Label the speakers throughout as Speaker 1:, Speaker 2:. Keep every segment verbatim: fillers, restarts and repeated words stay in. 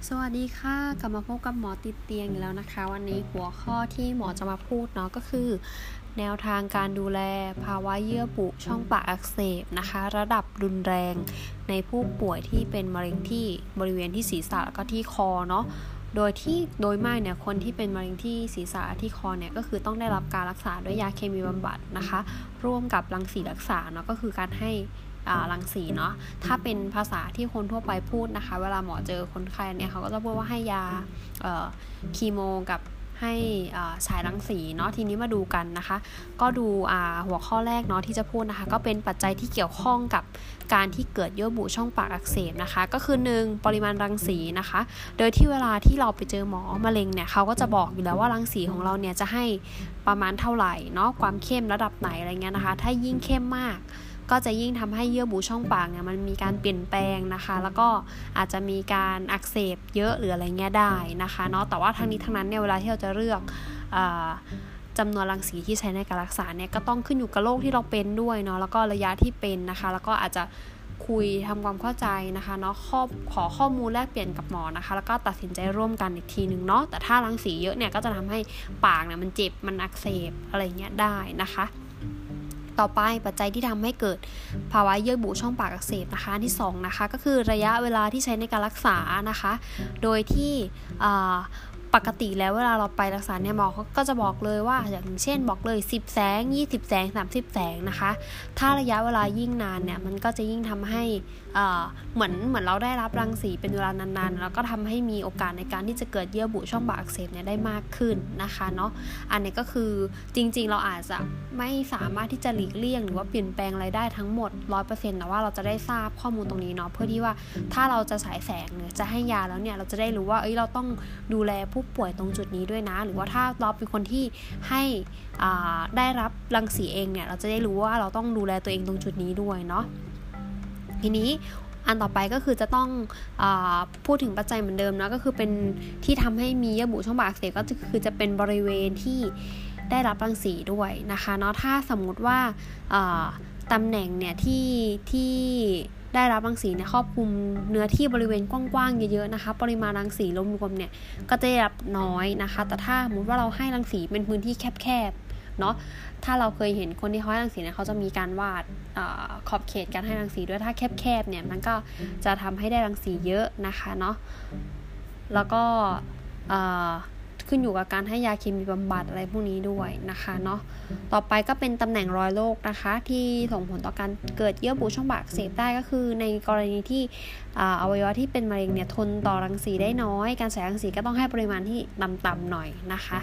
Speaker 1: สวัสดีค่ะกลับมาพบกับหมอติดเตียงอีกแล้วนะคะวันนี้หัวข้อที่หมอจะมาพูดเนาะก็คือแนวทางการดูแลภาวะเยื่อบุช่องปากอักเสบนะคะระดับรุนแรงในผู้ป่วยที่เป็นมะเร็งที่บริเวณที่ศีรษะแล้วก็ที่คอเนาะโดยที่โดยมากเนี่ยคนที่เป็นมะเร็งที่ศีรษะที่คอเนี่ยก็คือต้องได้รับการรักษาด้วยยาเคมีบำบัดนะคะร่วมกับรังสีรักษาเนาะก็คือการให้รังสีเนาะถ้าเป็นภาษาที่คนทั่วไปพูดนะคะเวลาหมอเจอคนไข้เนี่ยเขาก็จะพูดว่าให้ยาคีโมกับให้ฉายรังสีเนาะทีนี้มาดูกันนะคะก็ดูหัวข้อแรกเนาะที่จะพูดนะคะก็เป็นปัจจัยที่เกี่ยวข้องกับการที่เกิดเยื่อบุช่องปากอักเสบนะคะก็คือหนึ่งปริมาณรังสีนะคะโดยที่เวลาที่เราไปเจอหมอมะเร็งเนี่ยเขาก็จะบอกอยู่แล้วว่ารังสีของเราเนี่ยจะให้ประมาณเท่าไหร่เนาะความเข้มระดับไหนอะไรเงี้ยนะคะถ้ายิ่งเข้มมากก็จะยิ่งทำให้เยื่อบุช่องปากเนี่ยมันมีการเปลี่ยนแปลงนะคะแล้วก็อาจจะมีการอักเสบเยอะหรืออะไรเงี้ยได้นะคะเนาะแต่ว่าทั้งนี้ทั้งนั้นเนี่ยเวลาที่เราจะเลือกจำนวนรังสีที่ใช้ในการรักษาเนี่ยก็ต้องขึ้นอยู่กับโรคที่เราเป็นด้วยเนาะแล้วก็ระยะที่เป็นนะคะแล้วก็อาจจะคุยทำความเข้าใจนะคะเนาะขอขอข้อมูลแลกเปลี่ยนกับหมอนะคะแล้วก็ตัดสินใจร่วมกันอีกทีนึงเนาะแต่ถ้ารังสีเยอะเนี่ยก็จะทำให้ปากเนี่ยมันเจ็บมันอักเสบอะไรเงี้ยได้นะคะต่อไปปัจจัยที่ทำให้เกิดภาวะเยื่อบุช่องปากอักเสบนะคะที่สองนะคะก็คือระยะเวลาที่ใช้ในการรักษานะคะโดยที่ปกติแล้วเวลาเราไปรักษาเนี่ยหมอเขาก็จะบอกเลยว่าอย่างเช่นบอกเลยสิบแสงยี่สิบแสงสามสิบแสงนะคะถ้าระยะเวลายิ่งนานเนี่ยมันก็จะยิ่งทำให้เหมือนเหมือนเราได้รับรังสีเป็นเวลานานๆแล้วก็ทำให้มีโอกาสในการที่จะเกิดเยื่อบุช่องปากอักเสบเนี่ยได้มากขึ้นนะคะเนาะอันนี้ก็คือจริงๆเราอาจจะไม่สามารถที่จะหลีกเลี่ยงหรือว่าเปลี่ยนแปลงอะไรได้ทั้งหมด ร้อยเปอร์เซ็นต์ แต่ว่าเราจะได้ทราบข้อมูลตรงนี้เนาะเพื่อที่ว่าถ้าเราจะฉายแสงหรือจะให้ยาแล้วเนี่ยเราจะได้รู้ว่าเอ้ยเราต้องดูแลผู้ป่วยตรงจุดนี้ด้วยนะหรือว่าถ้าเราเป็นคนที่ให้ได้รับรังสีเองเนี่ยเราจะได้รู้ว่าเราต้องดูแลตัวเองตรงจุดนี้ด้วยเนาะทีนี้อันต่อไปก็คือจะต้องอ่าพูดถึงปัจจัยเหมือนเดิมนะก็คือเป็นที่ทำให้มีเยื่อบุช่องปากอักเสบก็คือจะเป็นบริเวณที่ได้รับรังสีด้วยนะคะเนาะถ้าสมมุติว่าตำแหน่งเนี่ยที่ที่ได้รับรังสีเนี่ยครอบคลุมเนื้อที่บริเวณกว้างๆเยอะๆนะคะปริมาณรังสีรวมๆเนี่ยก็จะได้รับน้อยนะคะแต่ถ้าสมมติว่าเราให้รังสีเป็นพื้นที่แคบๆเนาะถ้าเราเคยเห็นคนที่เขาให้รังสีเนี่ยเขาจะมีการวาดขอบเขตการให้รังสีด้วยถ้าแคบๆเนี่ยมันก็จะทำให้ได้รังสีเยอะนะคะเนาะแล้วก็ขึ้นอยู่กับการให้ยาเคมีบำบัดอะไรพวกนี้ด้วยนะคะเนาะต่อไปก็เป็นตำแหน่งรอยโรคนะคะที่ส่งผลต่อการเกิดเยื่อบุช่องปากอักเสบได้ก็คือในกรณีที่อวัยวะที่เป็นมะเร็งเนี่ยทนต่อรังสีได้น้อยการฉายรังสีก็ต้องให้ปริมาณที่ต่ำๆหน่อยนะคะ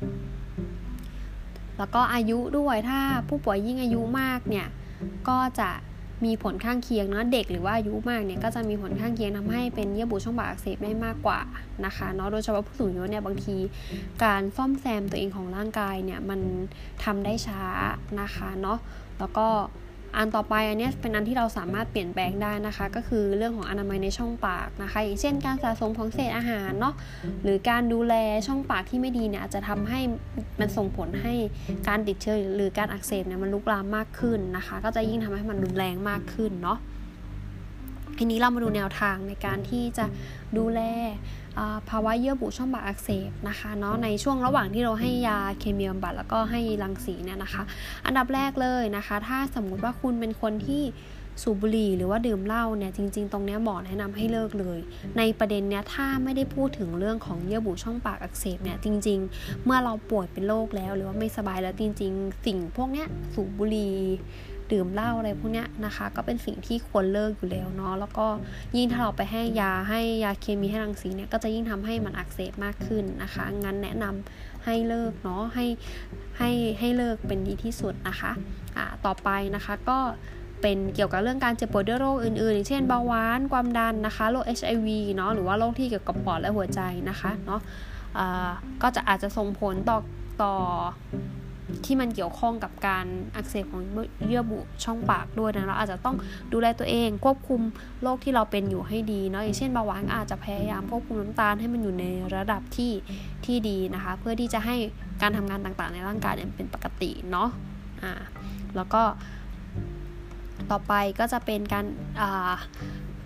Speaker 1: แล้วก็อายุด้วยถ้าผู้ป่วยยิ่งอายุมากเนี่ยก็จะมีผลข้างเคียงนะเด็กหรือว่าอายุมากเนี่ยก็จะมีผลข้างเคียงทำให้เป็นเยื่อบุช่องปากอักเสบได้มากกว่านะคะเนาะโดยเฉพาะผู้สูงอายุเนี่ยบางทีการซ่อมแซมตัวเองของร่างกายเนี่ยมันทำได้ช้านะคะเนาะแล้วก็อันต่อไปอันนี้เป็นอันที่เราสามารถเปลี่ยนแปลงได้นะคะก็คือเรื่องของอนามัยในช่องปากนะคะอย่างเช่นการสะสมของเศษอาหารเนาะหรือการดูแลช่องปากที่ไม่ดีเนี่ยอาจจะทำให้มันส่งผลให้การติดเชื้อหรือการอักเสบเนี่ยมันลุกลามมากขึ้นนะคะก็จะยิ่งทำให้มันรุนแรงมากขึ้นเนาะทีนี้เรามาดูแนวทางในการที่จะดูแลภาวะเยื่อบุช่องปากอักเสบนะคะเนาะในช่วงระหว่างที่เราให้ยาเคมีบำบัดแล้วก็ให้รังสีเนี่ยนะคะอันดับแรกเลยนะคะถ้าสมมุติว่าคุณเป็นคนที่สูบบุหรี่หรือว่าดื่มเหล้าเนี่ยจริงๆตรงนี้หมอแนะนำให้เลิกเลยในประเด็นเนี้ยถ้าไม่ได้พูดถึงเรื่องของเยื่อบุช่องปากอักเสบเนี่ยจริงๆเมื่อเราป่วยเป็นโรคแล้วหรือว่าไม่สบายแล้วจริงๆสิ่งพวกเนี้ยสูบบุหรี่ดื่มเหล้าอะไรพวกเนี้ยนะคะก็เป็นสิ่งที่ควรเลิกอยู่แล้วเนาะแล้วก็ยิ่งถ้าเราไปให้ยาให้ยาเคมีให้รังสีเนี่ยก็จะยิ่งทำให้มันอักเสบมากขึ้นนะคะงั้นแนะนำให้เลิกเนาะให้ให้ให้เลิกเป็นดีที่สุดนะคะอ่าต่อไปนะคะก็เป็นเกี่ยวกับเรื่องการเจ็บป่วยด้วยโรคอื่นๆอย่างเช่นเบาหวานความดันนะคะโรค เอช ไอ วี เนาะหรือว่าโรคที่เกี่ยวกับปอดและหัวใจนะคะเนาะอ่าก็จะอาจจะส่งผลต่อต่อที่มันเกี่ยวข้องกับการอักเสบของเยื่อบุช่องปากด้วยนะเราอาจจะต้องดูแลตัวเองควบคุมโรคที่เราเป็นอยู่ให้ดีเนาะอย่างเช่นเบาหวานอาจจะพยายามควบคุมน้ำตาลให้มันอยู่ในระดับที่ที่ดีนะคะเพื่อที่จะให้การทำงานต่างๆในร่างกายเนี่ยเป็นปกติเนาะอ่าแล้วก็ต่อไปก็จะเป็นการอ่า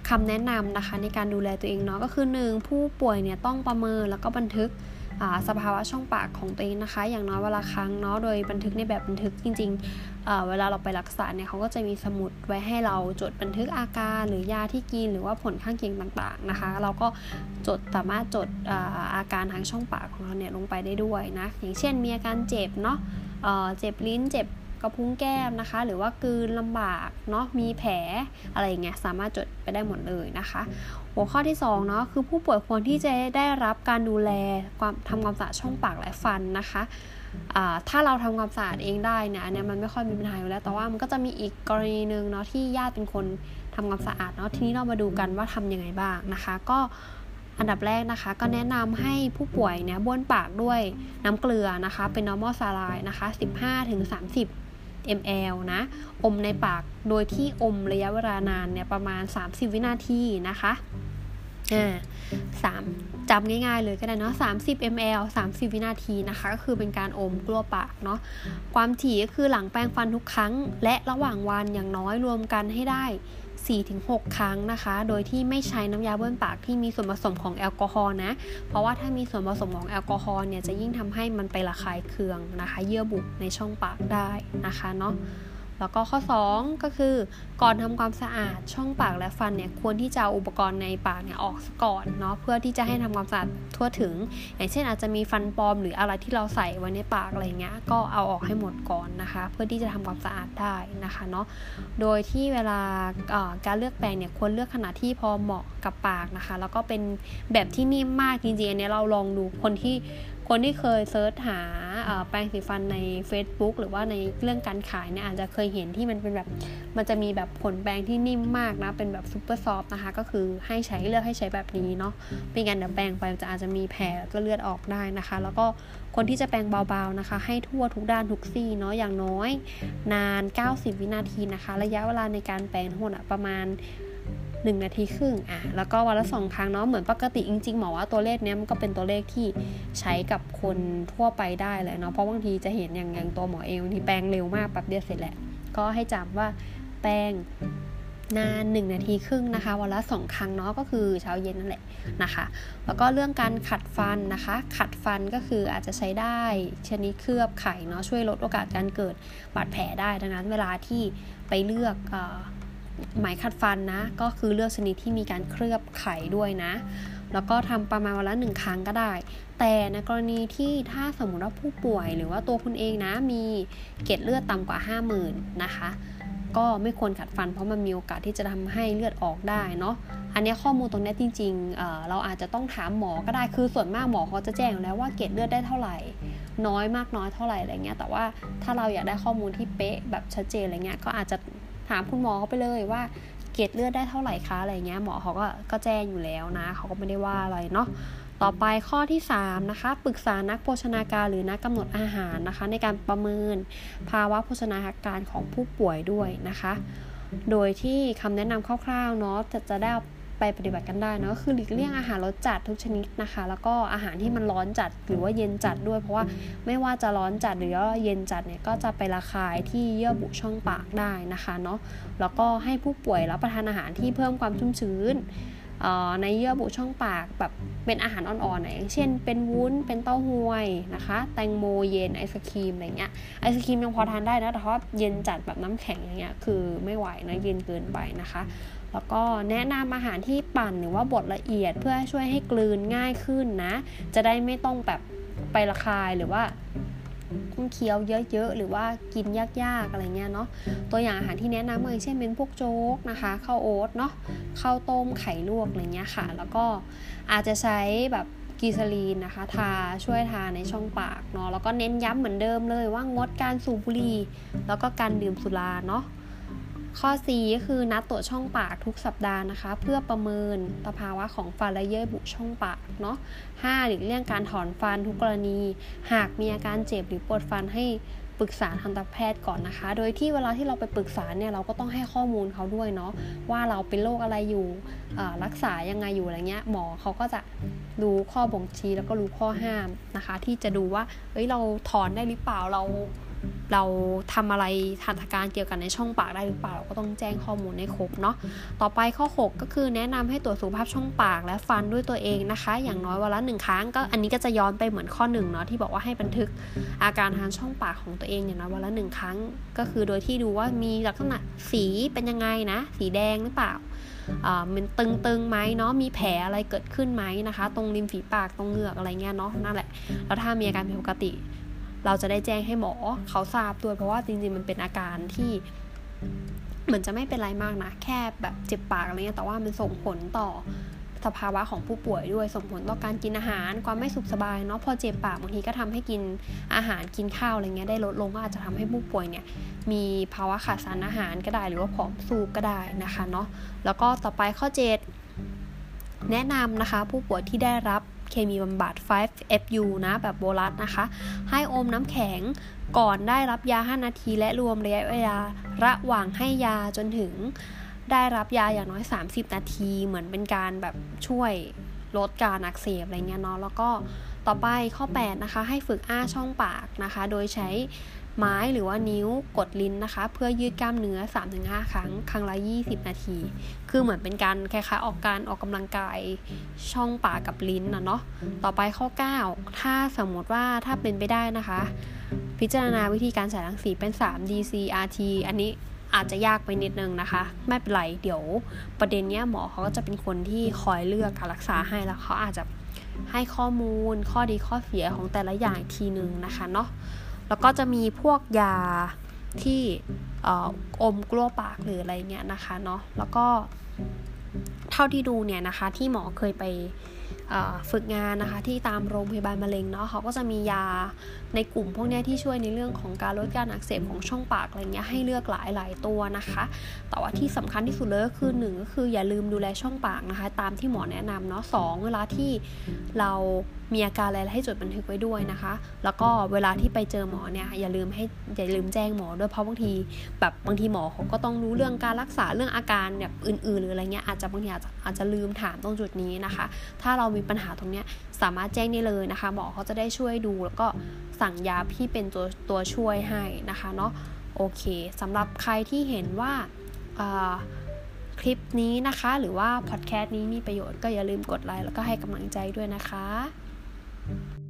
Speaker 1: คำแนะนำนะคะในการดูแลตัวเองเนาะก็คือหนึ่งผู้ป่วยเนี่ยต้องประเมินแล้วก็บันทึกสภาวะช่องปากของตัวเองนะคะอย่างน้อยวันละครั้งเนาะโดยบันทึกในแบบบันทึกจริงๆ เ, เวลาเราไปรักษาเนี่ยเขาก็จะมีสมุดไว้ให้เราจดบันทึกอาการหรือยาที่กินหรือว่าผลข้างเคียงต่างๆนะคะเราก็จดสามารถจด อา, อาการทางช่องปากของเราเนี่ยลงไปได้ด้วยนะอย่างเช่นมีอาการเจ็บเนาะเ, เจ็บลิ้นเจ็บกระพุ้งแก้มนะคะหรือว่ากลืนลำบากเนาะมีแผลอะไรอย่างเงี้ยสามารถจดไปได้หมดเลยนะคะหัวข้อที่สองเนาะคือผู้ป่วยควรที่จะได้รับการดูแลความทำความสะอาดช่องปากและฟันนะคะถ้าเราทำความสะอาดเองได้เนี่ยอันนี้มันไม่ค่อยมีปัญหาอยู่แล้วแต่ว่ามันก็จะมีอีกกรณีนึงเนาะที่ญาติเป็นคนทำความสะอาดเนาะทีนี้เรามาดูกันว่าทำยังไงบ้างนะคะก็อันดับแรกนะคะก็แนะนำให้ผู้ป่วยเนี่ยบ้วนปากด้วยน้ำเกลือนะคะเป็น normal saline นะคะ สิบห้าถึงสามสิบมิลลิลิตร นะอมในปากโดยที่อมระยะเวลานานเนี่ยประมาณสามสิบวินาทีนะคะอ่าสามจำง่ายๆเลยก็ได้เนาะสามสิบมิลลิลิตร สามสิบวินาทีนะคะก็คือเป็นการอมกลั้วปากเนาะความถี่ก็คือหลังแปรงฟันทุกครั้งและระหว่างวันอย่างน้อยรวมกันให้ได้ สี่ถึงหก ครั้งนะคะโดยที่ไม่ใช้น้ำยาบ้วนปากที่มีส่วนผสมของแอลกอฮอล์นะเพราะว่าถ้ามีส่วนผสมของแอลกอฮอล์เนี่ยจะยิ่งทำให้มันไประคายเคืองนะคะเยื่อบุในช่องปากได้นะคะเนาะแล้วก็ข้อสองก็คือก่อนทำความสะอาดช่องปากและฟันเนี่ยควรที่จะเอาอุปกรณ์ในปากเนี่ยออกก่อนเนาะเพื่อที่จะให้ทำความสะอาดทั่วถึงอย่างเช่นอาจจะมีฟันปลอมหรืออะไรที่เราใส่ไว้ในปากอะไรเงี้ยก็เอาออกให้หมดก่อนนะคะเพื่อที่จะทำความสะอาดได้นะคะเนาะโดยที่เวลาการเลือกแปรงเนี่ยควรเลือกขนาดที่พอเหมาะกับปากนะคะแล้วก็เป็นแบบที่นิ่มมากจริงๆอันนี้เราลองดูคนที่คนที่เคยเซิร์ชหาแปรงสีฟันใน Facebook หรือว่าในเรื่องการขายเนี่ยอาจจะเคยเห็นที่มันเป็นแบบมันจะมีแบบผลแปรงที่นิ่มมากนะเป็นแบบซุปเปอร์ซอฟต์นะคะก็คือให้ใช้เลือกให้ใช้แบบนี้เนาะเป็นการเดี๋ยวแปรงไปจะอาจจะมีแผลก็เลือดออกได้นะคะแล้วก็คนที่จะแปรงเบาๆนะคะให้ทั่วทุกด้านทุกซี่เนาะอย่างน้อยนานเก้าสิบวินาทีนะคะระยะเวลาในการแปรงทั้งหมดประมาณหนึ่งนาทีครึ่งอ่ะแล้วก็วันละสองครั้งเนาะเหมือนปกติจริงๆหมอว่าตัวเลขเนี้ยมันก็เป็นตัวเลขที่ใช้กับคนทั่วไปได้เลยเนาะเพราะบางทีจะเห็นอย่างอย่างตัวหมอเองบางทีแปรงเร็วมากแป๊บเดียวเสร็จแหละก็ให้จำว่าแปรงนานหนึ่งนาทีครึ่งนะคะวันละสองครั้งเนาะก็คือเช้าเย็นนั่นแหละนะคะแล้วก็เรื่องการขัดฟันนะคะขัดฟันก็คืออาจจะใช้ได้ชนิดเคลือบไขเนาะช่วยลดโอกาสการเกิดบาดแผลได้ดังนั้นเวลาที่ไปเลือกเอ่อไหมขัดฟันนะก็คือเลือกชนิดที่มีการเคลือบไขด้วยนะแล้วก็ทำประมาณวันละหนึ่งครั้งก็ได้แต่ในกรณีที่ถ้าสมมติว่าผู้ป่วยหรือว่าตัวคุณเองนะมีเกล็ดเลือดต่ำกว่า ห้าหมื่น นะคะก็ไม่ควรขัดฟันเพราะมันมีโอกาสที่จะทำให้เลือดออกได้เนาะอันนี้ข้อมูลตรงนี้จริงๆ เอ่อ เราอาจจะต้องถามหมอก็ได้คือส่วนมากหมอเขาจะแจ้งอยู่แล้วว่าเกล็ดเลือดได้เท่าไหร่น้อยมากน้อยเท่าไหร่อะไรเงี้ยแต่ว่าถ้าเราอยากได้ข้อมูลที่เป๊ะแบบชัดเจนอะไรเงี้ยก็อาจจะถามคุณหมอเขาไปเลยว่าเกล็ดเลือดได้เท่าไหร่คะอะไรเงี้ยหมอเขาก็ก็แจ้งอยู่แล้วนะเขาก็ไม่ได้ว่าอะไรเนาะต่อไปข้อที่สามนะคะปรึกษานักโภชนาการหรือนักกำหนดอาหารนะคะในการประเมินภาวะโภชนาการของผู้ป่วยด้วยนะคะโดยที่คำแนะนำคร่าวๆเนาะจะจะได้ไปปฏิบัติกันได้เนาะคือหลีกเลี่ยงอาหารรสจัดทุกชนิดนะคะแล้วก็อาหารที่มันร้อนจัดหรือว่าเย็นจัดด้วยเพราะว่าไม่ว่าจะร้อนจัดหรือว่าเย็นจัดเนี่ยก็จะไประคายที่เยื่อบุช่องปากได้นะคะเนาะแล้วก็ให้ผู้ป่วยรับประทานอาหารที่เพิ่มความชุ่มชื้นในเยื่อบุช่องปากแบบเป็นอาหารอ่อนๆอย่างเช่นเป็นวุ้นเป็นเต้าหู้นะคะแตงโมเย็นไอศครีมอะไรเงี้ยไอศครีมยังพอทานได้นะแต่ว่าเย็นจัดแบบน้ำแข็งอย่างเงี้ยคือไม่ไหวนะเย็นเกินไปนะคะแล้วก็แนะนำอาหารที่ปั่นหรือว่าบดละเอียดเพื่อช่วยให้กลืนง่ายขึ้นนะจะได้ไม่ต้องแบบไประคายหรือว่าต้องเคี้ยวเยอะๆหรือว่ากินยากๆอะไรเงี้ยเนาะตัวอย่างอาหารที่แนะนำอย่างเช่นเป็นพวกโจ๊กนะคะข้าวโอ๊ตเนาะข้าวต้มไข่ลวกอะไรเงี้ยค่ะแล้วก็อาจจะใช้แบบกีซาลีนนะคะทาช่วยทาในช่องปากเนาะแล้วก็เน้นย้ำเหมือนเดิมเลยว่างดการสูบบุหรี่แล้วก็การดื่มสุราเนาะข้อ สี่ ก็คือนัดตรวจช่องปากทุกสัปดาห์นะคะเพื่อประเมินสภาวะของฟันและเยื่อบุช่องปากเนาะ ห้า หลีกเลี่ยงการถอนฟันทุกกรณีหากมีอาการเจ็บหรือปวดฟันให้ปรึกษาทันตแพทย์ก่อนนะคะโดยที่เวลาที่เราไปปรึกษาเนี่ยเราก็ต้องให้ข้อมูลเขาด้วยเนาะว่าเราเป็นโรคอะไรอยู่รักษายังไงอยู่อะไรเงี้ยหมอเขาก็จะรู้ข้อบ่งชี้แล้วก็รู้ข้อห้ามนะคะที่จะดูว่าเอ้ยเราถอนได้หรือเปล่าเราเราทำอะไรหัตถการเกี่ยวกับในช่องปากได้หรือเปล่าเราก็ต้องแจ้งข้อมูลให้ครบเนาะต่อไปข้อหกก็คือแนะนำให้ตรวจสุขภาพช่องปากและฟันด้วยตัวเองนะคะอย่างน้อยวันละหนึ่งครั้งก็อันนี้ก็จะย้อนไปเหมือนข้อหนึ่งเนาะที่บอกว่าให้บันทึกอาการทางช่องปากของตัวเองอย่างน้อยวันละหนึ่งครั้งก็คือโดยที่ดูว่ามีลักษณะสีเป็นยังไงนะสีแดงหรือเปล่าอ่ามันตึงๆไหมเนาะมีแผลอะไรเกิดขึ้นไหมนะคะตรงริมฝีปากตรงเหงือกอะไรเงี้ยเนาะนั่นแหละแล้วถ้ามีอาการผิดปกติเราจะได้แจ้งให้หมอเขาทราบด้วยเพราะว่าจริงๆมันเป็นอาการที่เหมือนจะไม่เป็นไรมากนะแค่แบบเจ็บปากอะไรเงี้ยแต่ว่ามันส่งผลต่อสภาวะของผู้ป่วยด้วยส่งผลต่อการกินอาหารความไม่สุขสบายเนาะพอเจ็บปากบางทีก็ทำให้กินอาหารกินข้าวอะไรเงี้ยได้ลดลงก็อาจจะทำให้ผู้ป่วยเนี่ยมีภาวะขาดสารอาหารก็ได้หรือว่าผอมซูบก็ได้นะคะเนาะแล้วก็ต่อไปข้อเจ็ดแนะนำนะคะผู้ป่วยที่ได้รับเคมีบำบัด ไฟว์ เอฟ ยู นะแบบโบลัสนะคะให้อมน้ำแข็งก่อนได้รับยาห้านาทีและรวมระยะเวลาระหว่างให้ยาจนถึงได้รับยาอย่างน้อยสามสิบนาทีเหมือนเป็นการแบบช่วยลดการอักเสบอะไรเงี้ยเนาะแล้วก็ต่อไปข้อแปดนะคะให้ฝึกอ้าช่องปากนะคะโดยใช้ไม้หรือว่านิ้วกดลิ้นนะคะเพื่อยืดกล้ามเนื้อ สามถึงห้า ครั้งครั้งละยี่สิบนาทีคือเหมือนเป็นการคล้ายๆออกการออกกำลังกายช่องปากกับลิ้นนะเนาะต่อไปข้อเก้าถ้าสมมติว่าถ้าเป็นไปได้นะคะพิจารณาวิธีการฉายรังสีเป็น ทรี ดี ซี อาร์ ที อันนี้อาจจะยากไปนิดนึงนะคะไม่เป็นไรเดี๋ยวประเด็นเนี้ยหมอเขาก็จะเป็นคนที่คอยเลือกการรักษาให้แล้วเขาอาจจะให้ข้อมูลข้อดีข้อเสียของแต่ละอย่างอีกทีนึงนะคะเนาะแล้วก็จะมีพวกยาที่อมกลั้วปากหรืออะไรเงี้ยนะคะเนาะแล้วก็เท่าที่ดูเนี่ยนะคะที่หมอเคยไปฝึกงานนะคะที่ตามโรงพยาบาลมะเร็งเนาะเขาก็จะมียาในกลุ่มพวกนี้ที่ช่วยในเรื่องของการลดการอักเสบของช่องปากอะไรเงี้ยให้เลือกหลายหลายตัวนะคะแต่ว่าที่สำคัญที่สุดเลยก็คือหนึ่งก็คืออย่าลืมดูแลช่องปากนะคะตามที่หมอแนะนำเนาะสองเวลาที่เรามีอาการอะไรให้จดบันทึกไว้ด้วยนะคะแล้วก็เวลาที่ไปเจอหมอเนี่ยอย่าลืมให้อย่าลืมแจ้งหมอด้วยเพราะบางทีแบบบางทีหมอเขาก็ต้องรู้เรื่องการรักษาเรื่องอาการแบบอื่นๆหรืออะไรเงี้ยอาจจะบางทีอาจจะอาจจะลืมถามตรงจุดนี้นะคะถ้าเรามีปัญหาตรงเนี้ยสามารถแจ้งได้เลยนะคะหมอเขาจะได้ช่วยดูแล้วก็สั่งยาที่เป็นตัวตัวช่วยให้นะคะเนาะโอเคสำหรับใครที่เห็นว่าคลิปนี้นะคะหรือว่าพอดแคสต์นี้มีประโยชน์ก็อย่าลืมกดไลค์แล้วก็ให้กำลังใจด้วยนะคะ